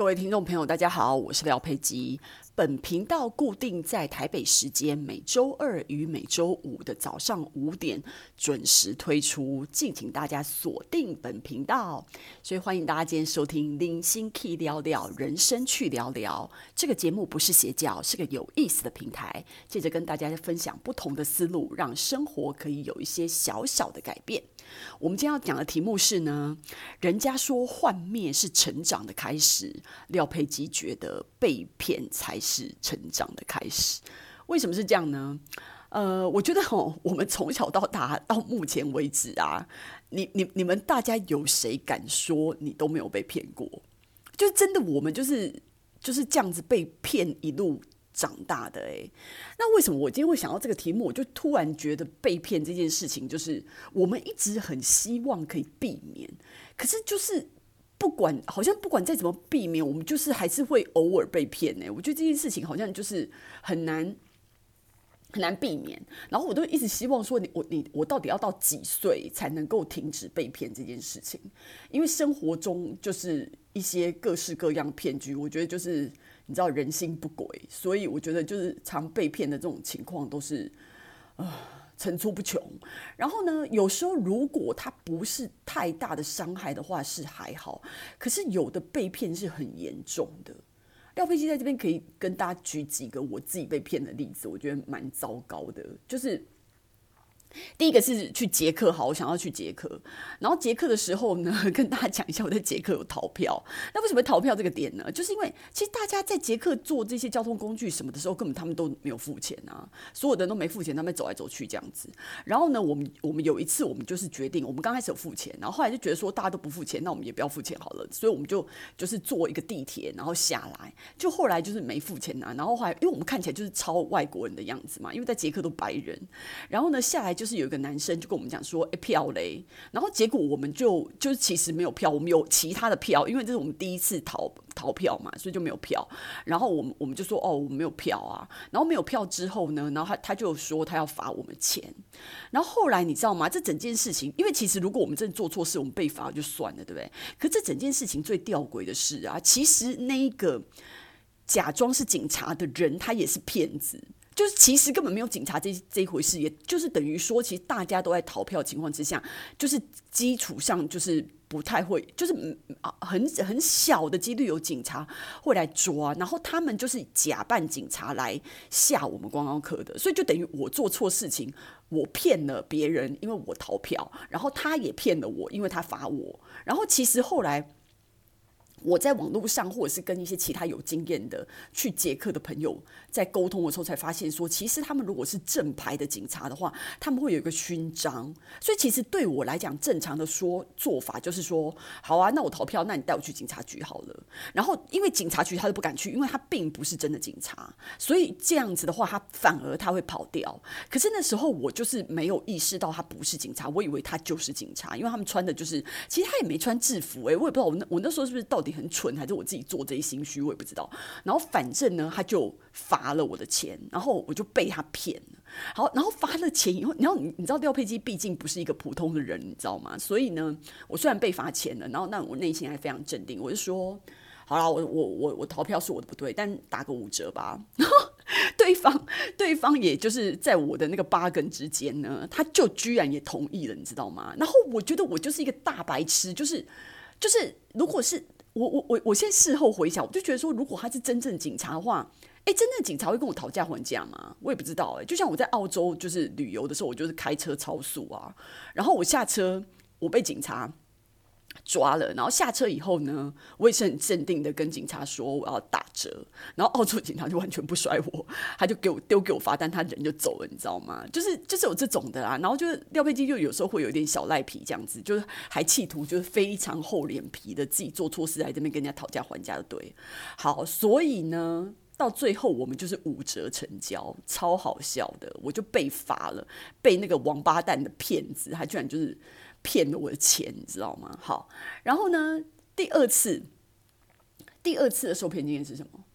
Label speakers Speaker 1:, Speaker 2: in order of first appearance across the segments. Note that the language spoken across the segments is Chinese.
Speaker 1: 各位听众朋友，大家好，我是廖佩基。本频道固定在台北时间每周二与每周五的早上5点准时推出，敬请大家锁定本频道。所以欢迎大家今天收听零星 Key 聊聊人生去聊聊。这个节目不是邪教，是个有意思的平台，借着跟大家分享不同的思路，让生活可以有一些小小的改变。我们今天要讲的题目是呢，人家说幻灭是成长的开始，廖佩基觉得被骗才是成长的开始。为什么是这样呢？我觉得我们从小到大到目前为止啊，你们大家有谁敢说你都没有被骗过？就是真的，我们就是这样子被骗一路长大的那为什么我今天会想到这个题目？我就突然觉得被骗这件事情，就是我们一直很希望可以避免，可是就是好像不管再怎么避免，我们就是还是会偶尔被骗我觉得这件事情好像就是很难避免。然后我都一直希望说我到底要到几岁才能够停止被骗这件事情？因为生活中就是一些各式各样的骗局，我觉得就是你知道人心不轨，所以我觉得就是常被骗的这种情况都是层出不穷。然后呢，有时候如果它不是太大的伤害的话是还好，可是有的被骗是很严重的。廖佩基在这边可以跟大家举几个我自己被骗的例子，我觉得蛮糟糕的。就是第一个是去捷克，好，我想要去捷克。然后捷克的时候呢，跟大家讲一下，我在捷克有逃票。那为什么逃票这个点呢？就是因为其实大家在捷克坐这些交通工具什么的时候，根本他们都没有付钱啊，所有的人都没付钱，他们走来走去这样子。然后呢，我们有一次，我们就是决定，我们刚开始有付钱，然后后来就觉得说大家都不付钱，那我们也不要付钱好了，所以我们就是坐一个地铁，然后下来，就后来就是没付钱啊。然后后来因为我们看起来就是超外国人的样子嘛，因为在捷克都白人，然后呢下来就是有一个男生就跟我们讲说，票嘞，然后结果我们就是其实没有票，我们有其他的票，因为这是我们第一次逃票嘛，所以就没有票。然后我们就说我们没有票啊。然后没有票之后呢，然后他就说他要罚我们钱。然后后来你知道吗？这整件事情，因为其实如果我们真的做错事，我们被罚就算了，对不对？可这整件事情最吊诡的是啊，其实那一个假装是警察的人，他也是骗子。就是其实根本没有警察这一回事，也就是等于说，其实大家都在逃票的情况之下，就是基础上就是不太会，就是很小的几率有警察会来抓，然后他们就是假扮警察来吓我们观光客的，所以就等于我做错事情，我骗了别人，因为我逃票，然后他也骗了我，因为他罚我，然后其实后来我在网络上或者是跟一些其他有经验的去捷克的朋友在沟通的时候，才发现说，其实他们如果是正牌的警察的话，他们会有一个勋章。所以其实对我来讲，正常的做法就是说，好啊，那我逃票，那你带我去警察局好了。然后因为警察局他都不敢去，因为他并不是真的警察，所以这样子的话，他反而他会跑掉。可是那时候我就是没有意识到他不是警察，我以为他就是警察，因为他们穿的就是，其实他也没穿制服我也不知道我那时候是不是到底很蠢，还是我自己做这些心虚，我也不知道。然后反正呢，他就罚了我的钱，然后我就被他骗了。好，然后罚了钱以后，你知道廖佩基毕竟不是一个普通的人，你知道吗？所以呢，我虽然被罚钱了，然后我内心还非常镇定，我就说，好啦，我逃票是我的不对，但打个5折吧。对方也就是在我的那个8根之间呢，他就居然也同意了，你知道吗？然后我觉得我就是一个大白痴，就是如果是我现在事后回想，我就觉得说，如果他是真正警察的话，真正的警察会跟我讨价还价吗？我也不知道就像我在澳洲就是旅游的时候，我就是开车超速啊，然后我下车，我被警察抓了，然后下车以后呢，我也是很镇定的跟警察说我要打折，然后澳洲警察就完全不甩我，他就丢给我罚单，他人就走了，你知道吗？就是有这种的啦。然后就是廖佩基就有时候会有一点小赖皮这样子，就是还企图就是非常厚脸皮的自己做错事来这边跟人家讨价还价的，对。好，所以呢，到最后我们就是5折成交，超好笑的，我就被罚了，被那个王八蛋的骗子，他居然就是骗了我的钱，你知道吗？好，然后呢，第二次的受骗经验是什么？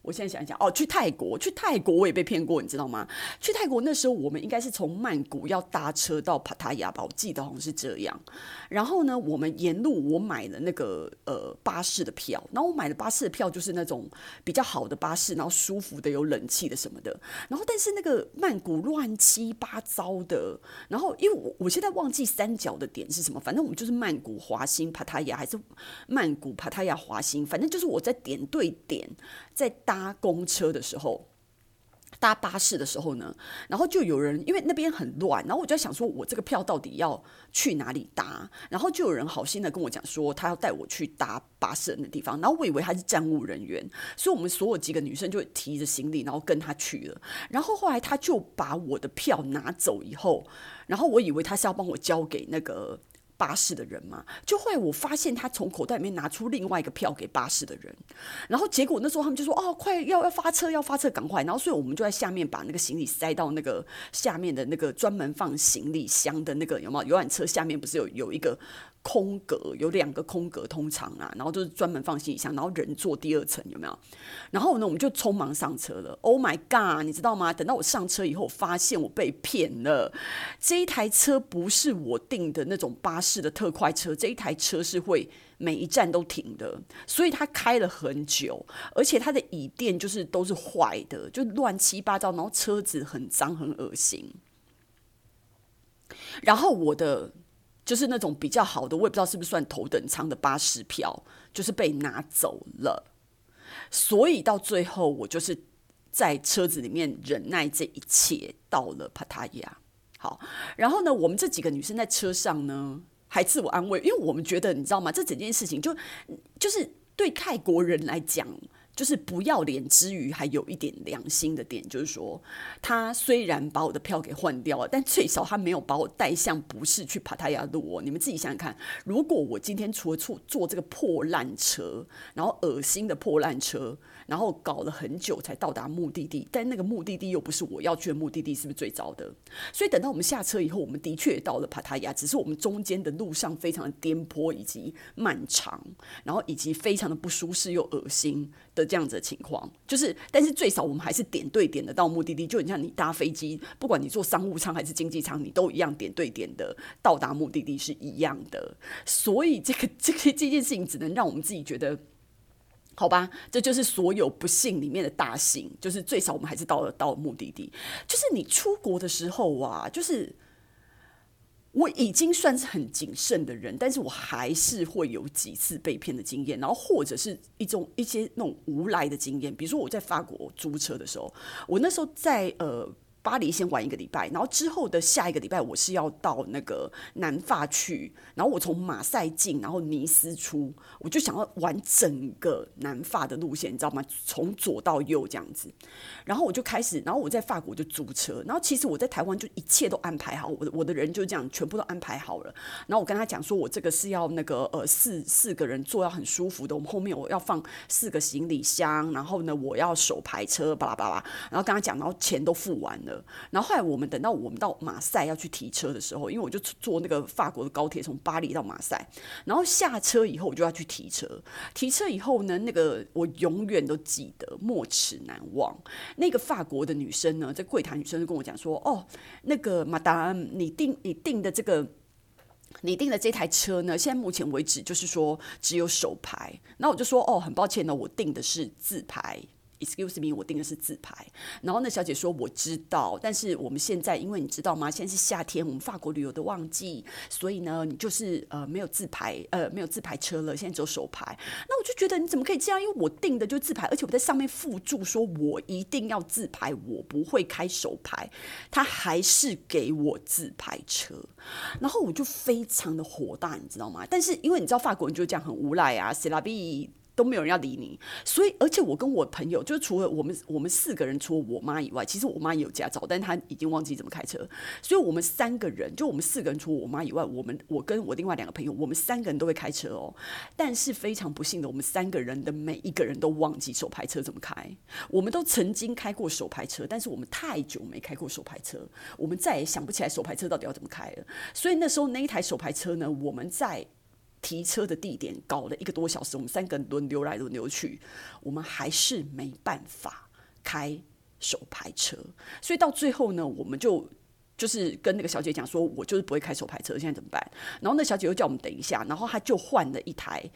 Speaker 1: 我现在想一想，去泰国我也被骗过，你知道吗？去泰国那时候我们应该是从曼谷要搭车到帕塔亚吧，我记得好像是这样。然后呢，我们沿路我买了那个巴士的票，然后我买的巴士的票就是那种比较好的巴士，然后舒服的有冷气的什么的。然后但是那个曼谷乱七八糟的，然后因为我现在忘记三角的点是什么，反正我们就是曼谷华欣帕塔亚还是曼谷帕塔亚华欣，反正就是我在点对点在搭公车的时候。搭巴士的时候呢，然后就有人因为那边很乱，然后我就在想说，我这个票到底要去哪里搭？然后就有人好心的跟我讲说，他要带我去搭巴士的那地方。然后我以为他是站务人员，所以我们所有几个女生就提着行李，然后跟他去了。然后后来他就把我的票拿走以后，然后我以为他是要帮我交给那个巴士的人嘛，就后来我发现他从口袋里面拿出另外一个票给巴士的人，然后结果那时候他们就说快要发车，赶快！然后所以我们就在下面把那个行李塞到那个下面的那个专门放行李箱的那个有没有游览车下面不是有一个空格，有2个空格通常啊，然后就是专门放行李箱，然后人坐第2层有没有？然后呢我们就匆忙上车了。Oh my god， 你知道吗？等到我上车以后，我发现我被骗了。这一台车不是我订的那种巴士的特快车，这一台车是会每一站都停的，所以他开了很久，而且他的椅垫就是都是坏的，就乱七八糟，然后车子很脏很恶心。然后我的就是那种比较好的，我也不知道是不是算头等舱的巴士票，就是被拿走了。所以到最后，我就是在车子里面忍耐这一切，到了帕塔亚。好，然后呢，我们这几个女生在车上呢，还自我安慰，因为我们觉得，你知道吗？这整件事情就是对泰国人来讲。就是不要脸之余，还有一点良心的点，就是说，他虽然把我的票给换掉了，但最少他没有把我带向不是去帕塔亚路哦。你们自己想想看，如果我今天除了坐这个破烂车，然后恶心的破烂车，然后搞了很久才到达目的地，但那个目的地又不是我要去的目的地，是不是最糟的？所以等到我们下车以后，我们的确也到了帕塔亚，只是我们中间的路上非常的颠簸以及漫长，然后以及非常的不舒适又恶心的这样子的情况，但是最少我们还是点对点的到目的地，就很像你搭飞机，不管你坐商务舱还是经济舱，你都一样点对点的到达目的地是一样的。所以这件事情只能让我们自己觉得。好吧，这就是所有不幸里面的大幸，就是最少我们还是到了目的地。就是你出国的时候啊，就是我已经算是很谨慎的人，但是我还是会有几次被骗的经验，然后或者是一些那种无赖的经验。比如说我在法国租车的时候，我那时候在巴黎先玩1个礼拜，然后之后的下1个礼拜我是要到那个南法去，然后我从马赛进，然后尼斯出，我就想要玩整个南法的路线，你知道吗？从左到右这样子。然后我就开始，然后我在法国就租车，然后其实我在台湾就一切都安排好，我的人就这样全部都安排好了。然后我跟他讲说，我这个是要那个四个人坐要很舒服的，我们后面我要放4个行李箱，然后呢我要手排车，巴拉巴拉，然后跟他讲，然后钱都付完了。然后后来等到我们到马赛要去提车的时候，因为我就坐那个法国的高铁从巴黎到马赛，然后下车以后我就要去提车。提车以后呢，那个我永远都记得，没齿难忘。那个法国的女生呢，在柜台女生就跟我讲说：“哦，那个Madame，你订的这个。”你订的这台车呢？现在目前为止就是说只有手排，然后我就说很抱歉呢，我订的是自排。Excuse me， 我订的是自排。然后那小姐说我知道，但是我们现在因为你知道吗？现在是夏天，我们法国旅游的旺季，所以呢，你就是没有自排车了，现在只有手排。那我就觉得你怎么可以这样？因为我订的就是自排，而且我在上面附注说我一定要自排，我不会开手排，他还是给我自排车，然后我就非常的火大，你知道吗？但是因为你知道法国人就这样很无赖啊，塞拉比。都没有人要理你，所以而且我跟我朋友，就是除了我们4个人，除了我妈以外，其实我妈也有驾照，但她已经忘记怎么开车，所以我们3个人，就我们4个人，除了我妈以外，我跟我另外2个朋友，我们3个人都会开车哦。但是非常不幸的，我们3个人的每一个人都忘记手排车怎么开。我们都曾经开过手排车，但是我们太久没开过手排车，我们再也想不起来手排车到底要怎么开了。所以那时候那一台手排车呢，我们在提车的地点搞了1个多小时，我们3个人轮流来轮流去，我们还是没办法开手排车。所以到最后呢，我们就是跟那个小姐讲说，我就是不会开手排车，现在怎么办？然后那小姐又叫我们等一下，然后她就换了一台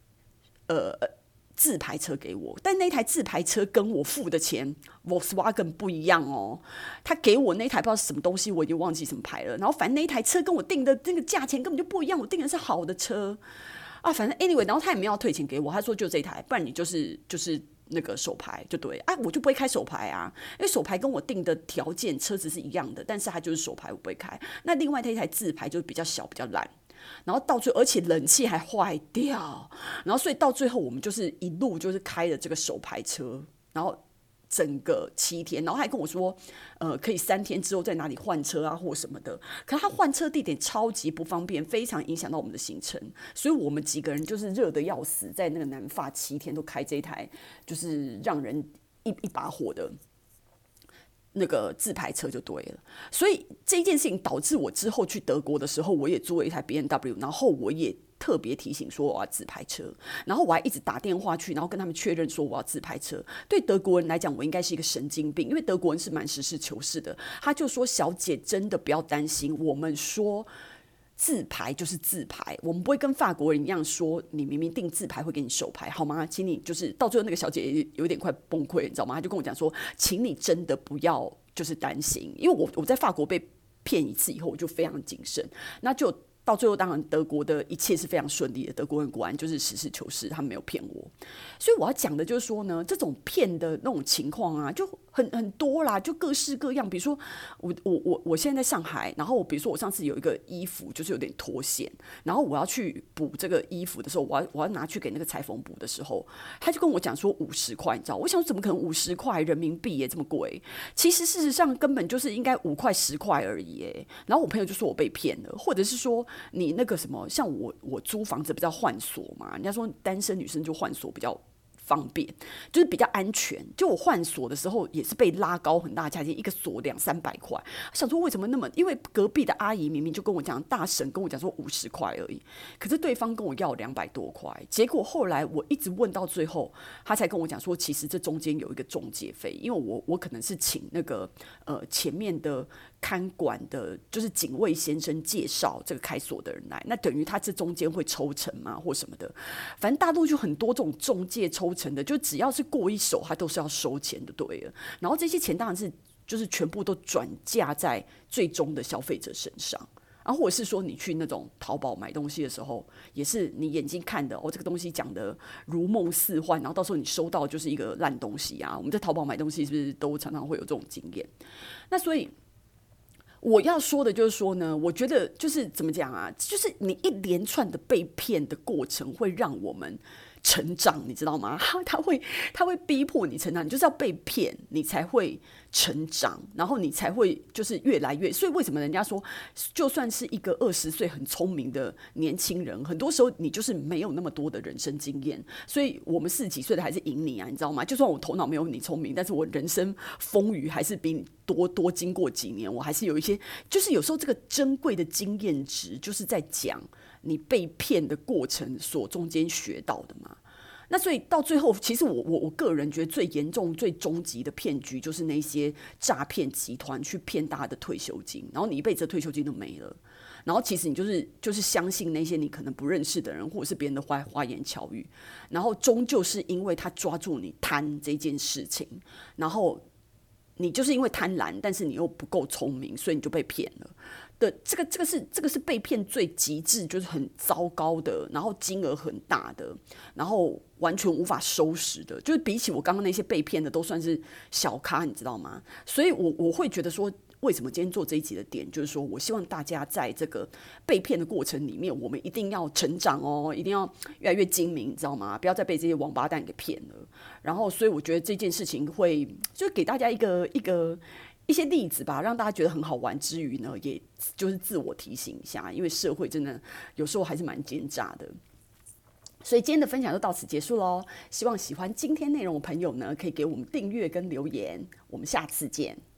Speaker 1: 自排车给我，但那台自排车跟我付的钱 Volkswagen 不一样哦。他给我那台不知道是什么东西，我已经忘记什么牌了。然后反正那一台车跟我订的那个价钱根本就不一样，我订的是好的车啊。反正 anyway， 然后他也没有要退钱给我，他说就这一台，不然你就是那个手排就对啊，我就不会开手排啊，因为手排跟我订的条件车子是一样的，但是他就是手排我不会开。那另外那一台自排就是比较小比较烂。然后到最后，而且冷气还坏掉，然后所以到最后我们就是一路就是开了这个手排车，然后整个7天，然后还跟我说，可以3天之后在哪里换车啊或什么的。可是他换车地点超级不方便，非常影响到我们的行程，所以我们几个人就是热得要死，在那个南法7天都开这一台，就是让人一把火的那个自排车就对了。所以这件事情导致我之后去德国的时候，我也租了一台 BMW， 然后我也特别提醒说我要自排车，然后我还一直打电话去，然后跟他们确认说我要自排车。对德国人来讲，我应该是一个神经病，因为德国人是蛮实事求是的。他就说：“小姐，真的不要担心，我们说自排就是自排，我们不会跟法国人一样说你明明订自排会给你手排，好吗？请你就是到最后那个小姐也有点快崩溃，你知道吗？她就跟我讲说，请你真的不要就是担心，因为我在法国被骗1次以后，我就非常谨慎，那就到最后当然德国的一切是非常顺利的，德国人果然就是实事求是，他们没有骗我。所以我要讲的就是说呢，这种骗的那种情况啊，就很多啦，就各式各样。比如说我现在在上海，然后比如说我上次有一个衣服就是有点脱线，然后我要去补这个衣服的时候，我要拿去给那个裁缝补的时候，他就跟我讲说50块，你知道？我想说怎么可能50块人民币耶这么贵？其实事实上根本就是应该5块10块而已耶。然后我朋友就说我被骗了，或者是说你那个什么，像我租房子比较换锁嘛，人家说单身女生就换锁比较方便，就是比较安全。就我换锁的时候也是被拉高很大价钱，一个锁200-300块。想说为什么那么？因为隔壁的阿姨明明就跟我讲，大婶跟我讲说50块而已，可是对方跟我要200多块。结果后来我一直问到最后，他才跟我讲说，其实这中间有一个中介费，因为我可能是请那个前面的看管的，就是警卫先生介绍这个开锁的人来，那等于他这中间会抽成嘛或什么的。反正大陆就很多这种中介抽成的，就只要是过一手，他都是要收钱的，对了。然后这些钱当然是就是全部都转嫁在最终的消费者身上。然后或者是说你去那种淘宝买东西的时候，也是你眼睛看的这个东西讲的如梦似幻，然后到时候你收到就是一个烂东西啊。我们在淘宝买东西是不是都常常会有这种经验？那所以我要说的就是说呢，我觉得就是怎么讲啊，就是你一连串的被骗的过程会让我们成长，你知道吗？他会逼迫你成长，你就是要被骗，你才会成长，然后你才会就是越来越。所以为什么人家说，就算是一个20岁很聪明的年轻人，很多时候你就是没有那么多的人生经验，所以我们40几岁的还是赢你啊，你知道吗？就算我头脑没有你聪明，但是我人生风雨还是比你多经过几年，我还是有一些，就是有时候这个珍贵的经验值，就是在讲你被骗的过程所中间学到的嘛。那所以到最后，其实我个人觉得最严重、最终极的骗局，就是那些诈骗集团去骗大家的退休金，然后你一辈子的退休金都没了。然后其实你就是相信那些你可能不认识的人，或者是别人的花言巧语，然后终究是因为他抓住你贪这件事情，然后你就是因为贪婪，但是你又不够聪明，所以你就被骗了。这个是被骗最极致，就是很糟糕的，然后金额很大的，然后完全无法收拾的，就是比起我刚刚那些被骗的，都算是小咖，你知道吗？所以我会觉得说，为什么今天做这一集的点，就是说我希望大家在这个被骗的过程里面，我们一定要成长哦，一定要越来越精明，你知道吗？不要再被这些王八蛋给骗了。然后，所以我觉得这件事情会就给大家一些例子吧，让大家觉得很好玩之余呢，也就是自我提醒一下，因为社会真的有时候还是蛮奸诈的。所以今天的分享就到此结束咯，希望喜欢今天内容的朋友呢，可以给我们订阅跟留言，我们下次见。